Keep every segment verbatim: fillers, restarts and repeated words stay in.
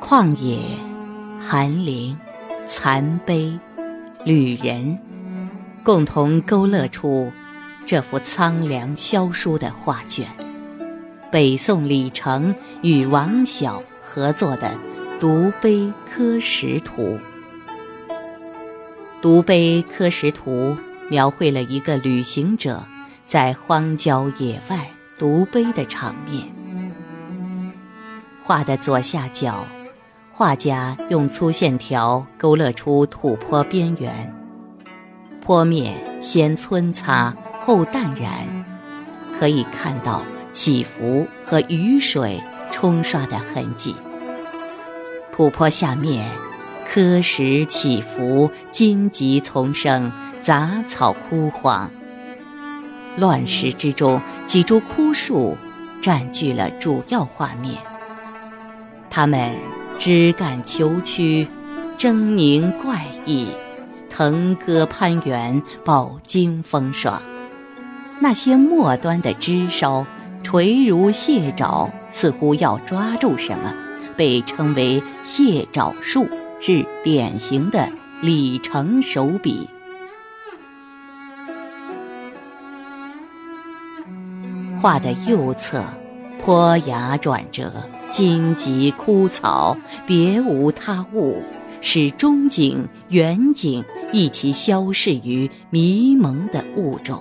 旷野、寒林、残碑、旅人，共同勾勒出这幅苍凉萧疏的画卷。北宋李成与王晓合作的《独碑刻石图》。《独碑刻石图》描绘了一个旅行者在荒郊野外读碑的场面。画的左下角，画家用粗线条勾勒出土坡边缘，坡面先皴擦后淡然，可以看到起伏和雨水冲刷的痕迹。土坡下面窠石起伏，荆棘丛生，杂草枯黄。乱石之中，几株枯树占据了主要画面，它们枝干虬曲，狰狞怪异，腾戈攀援，饱经风霜。那些末端的枝梢垂如蟹爪，似乎要抓住什么，被称为蟹爪树，是典型的李成手笔。画的右侧，坡崖转折，荆棘枯草，别无他物，使中景、远景一齐消逝于迷蒙的雾中。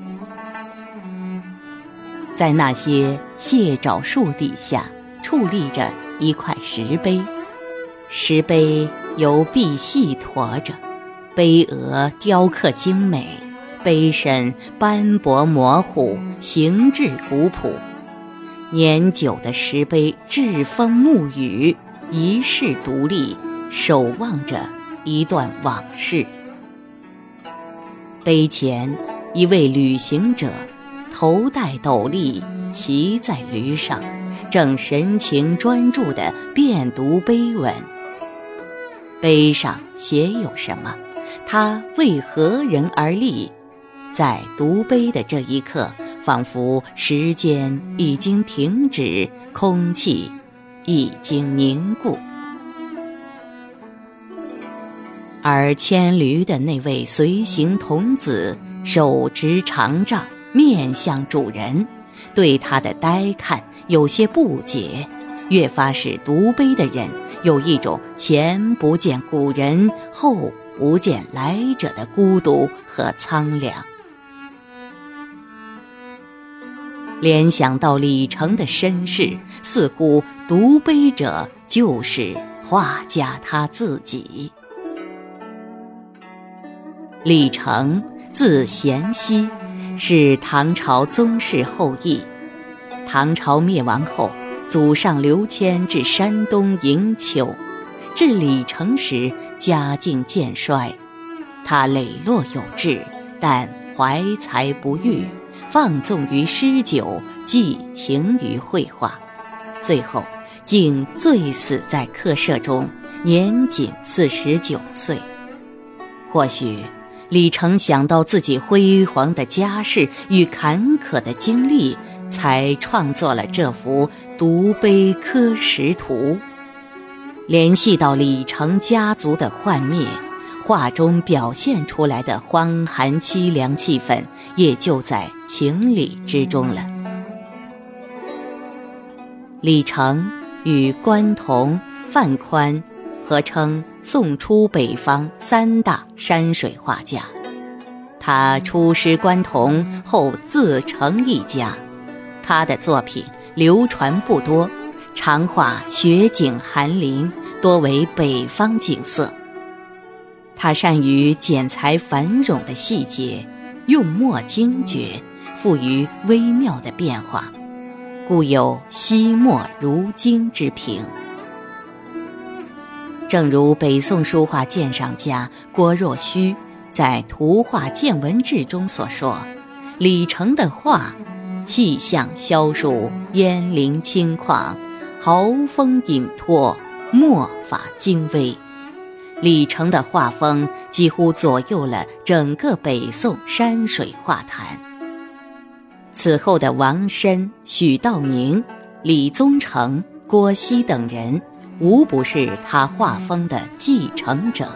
在那些蟹爪树底下，矗立着一块石碑，石碑由碧细驮着，碑额雕刻精美，碑身斑驳模糊，形制古朴。年久的石碑栉风沐雨，一世独立，守望着一段往事。碑前一位旅行者，头戴斗笠，骑在驴上，正神情专注地遍读碑文。碑上写有什么？他为何人而立？在读碑的这一刻，仿佛时间已经停止，空气已经凝固。而牵驴的那位随行童子，手执长杖，面向主人，对他的呆看有些不解，越发使读碑的人有一种前不见古人，后不见来者的孤独和苍凉。联想到李成的身世，似乎读碑者就是画家他自己。李成字贤熙，是唐朝宗室后裔。唐朝灭亡后，祖上刘谦至山东营丘，至李成时家境渐衰。他磊落有志，但怀才不遇，放纵于诗酒，寄情于绘画，最后竟醉死在客舍中，年仅四十九岁。或许李成想到自己辉煌的家世与坎坷的经历，才创作了这幅读碑刻石图。联系到李成家族的幻灭，画中表现出来的荒寒凄凉气氛也就在情理之中了。李成与关同、范宽合称宋初北方三大山水画家。他出师关同后自成一家，他的作品流传不多，常画雪景寒林，多为北方景色。他善于剪裁繁冗的细节，用墨精绝，富于微妙的变化，故有惜墨如金之评。正如北宋书画鉴赏家郭若虚在《图画见闻志》中所说，李成的画气象萧疏，烟林轻旷，豪风隐脱，墨法精微。李成的画风几乎左右了整个北宋山水画坛。此后的王申、许道宁、李宗成、郭熙等人无不是他画风的继承者。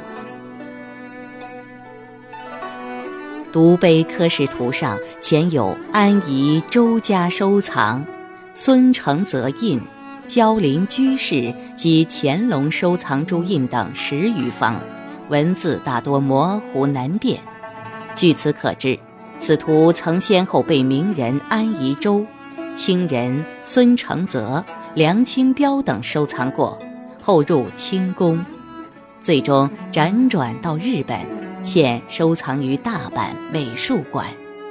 独碑刻石图上前有安宜周家收藏、孙承泽印、焦林居士及乾隆收藏诸印等十余方，文字大多模糊难辨。据此可知，此图曾先后被名人安宜周、清人孙承泽、梁清标等收藏过，后入清宫，最终辗转到日本，现收藏于大阪美术馆。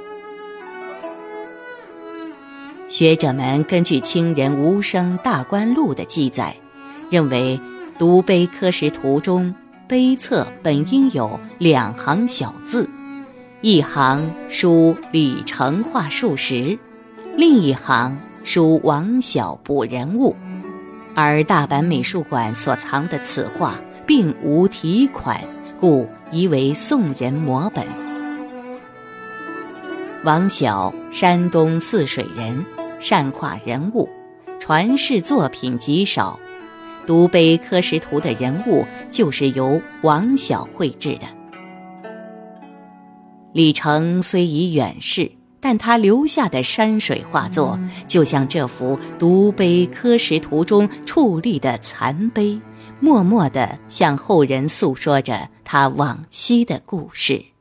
学者们根据清人吴生《大观录》的记载，认为独碑刻石图中碑侧本应有两行小字，一行书李成画数十，另一行书王小补人物，而大阪美术馆所藏的此画并无题款，故疑为宋人摹本。王小，山东泗水人，善画人物，传世作品极少，独碑刻石图的人物就是由王小绘制的。李成虽已远逝，但他留下的山水画作，就像这幅独碑刻石图中矗立的残碑，默默地向后人诉说着他往昔的故事。